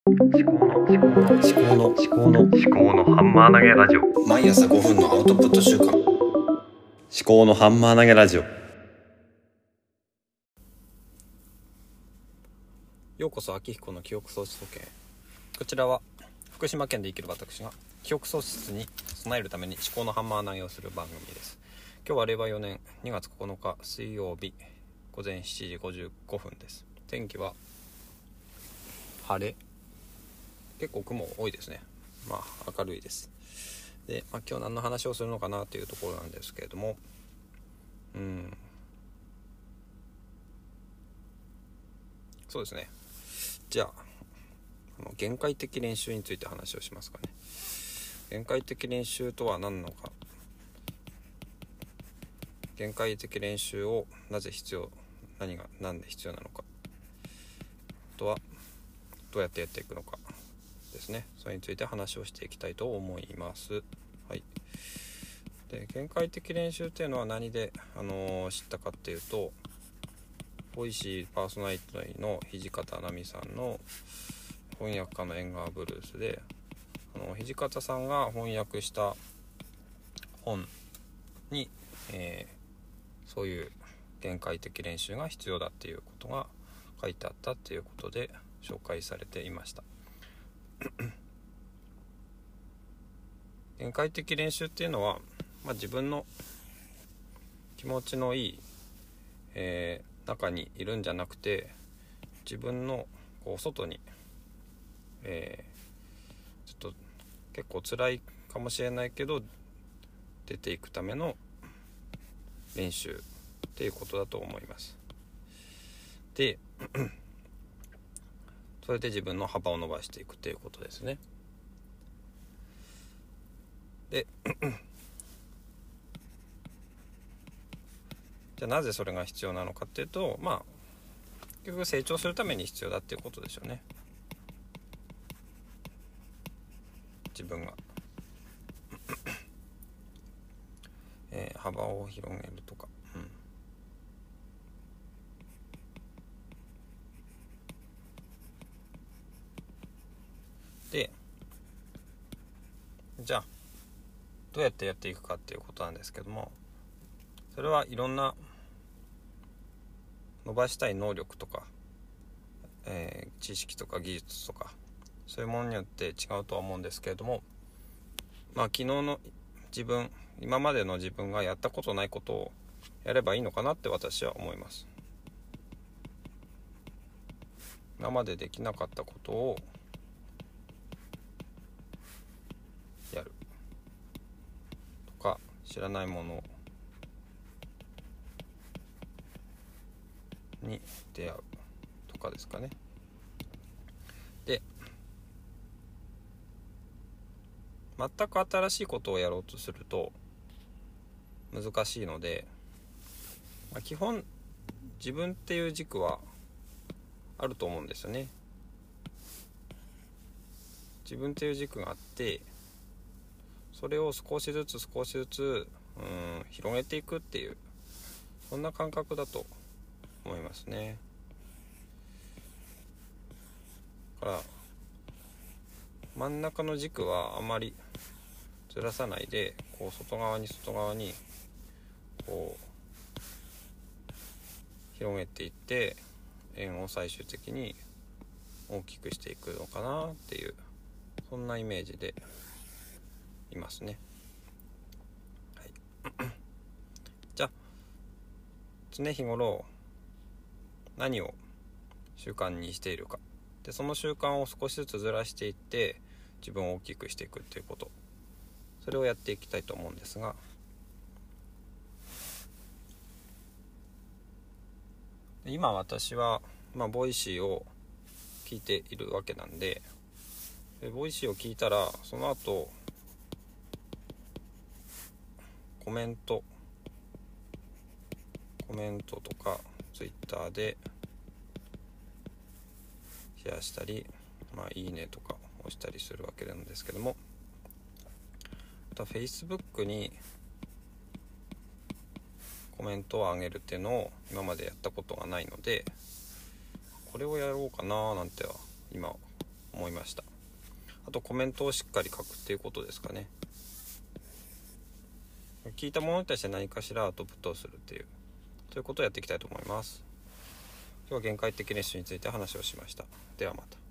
ハンマー投げラジオ。 毎朝5分のアウトプット週間。 思考のハンマー投げラジオ。 ようこそ秋彦の記憶喪失時計。こちらは福島県で生きる私が記憶喪失に備えるために思考のハンマー投げをする番組です。今日は令和4年2月9日水曜日午前7時55分です。天気は晴れ、結構雲多いですね。明るいです。で、今日何の話をするのかなというところなんですけれども、そうですね。じゃあ限界的練習について話をしますかね。限界的練習とは何なのか、限界的練習をなんで必要なのか、あとはどうやってやっていくのかですね。それについて話をしていきたいと思います。はい。で、限界的練習っていうのは何で、知ったかっていうと、ボイシーパーソナリティの土方奈美さんの翻訳家の縁側ブルースで、土方さんが翻訳した本に、そういう限界的練習が必要だっていうことが書いてあったっていうことで紹介されていました。限界的練習っていうのは、自分の気持ちのいい、中にいるんじゃなくて、自分の外に、ちょっと結構辛いかもしれないけど出ていくための練習っていうことだと思います。でそれで自分の幅を伸ばしていくっていうことですね。でじゃあなぜそれが必要なのかっていうと、結局成長するために必要だっていうことでしょうね。自分が幅を広げるとか、で、じゃあどうやってやっていくかっていうことなんですけども、それはいろんな伸ばしたい能力とか、知識とか技術とか、そういうものによって違うとは思うんですけれども、昨日の自分、今までの自分がやったことないことをやればいいのかなって私は思います。今までできなかったことをやるとか、知らないものに出会うとかですかね。で、全く新しいことをやろうとすると難しいので、基本自分っていう軸はあると思うんですよね。自分っていう軸があって、それを少しずつ広げていくっていう、そんな感覚だと思いますね。だから真ん中の軸はあまりずらさないで、外側に広げていって、円を最終的に大きくしていくのかなっていう、そんなイメージでいますね。はい。じゃあ常日頃何を習慣にしているかで、その習慣を少しずつずらしていって自分を大きくしていくっていうこと、それをやっていきたいと思うんですが、今私はボイシーを聞いているわけなんで、ボイシーを聞いたらその後コメントとかツイッターでシェアしたり、いいねとか押したりするわけなんですけども、また Facebook にコメントを上げるっていうのを今までやったことがないので、これをやろうかななんては今思いました。あとコメントをしっかり書くっていうことですかね。聞いたものに対して何かしらアウトプットをするっていう、そういうことをやっていきたいと思います。今日は限界的練習について話をしました。ではまた。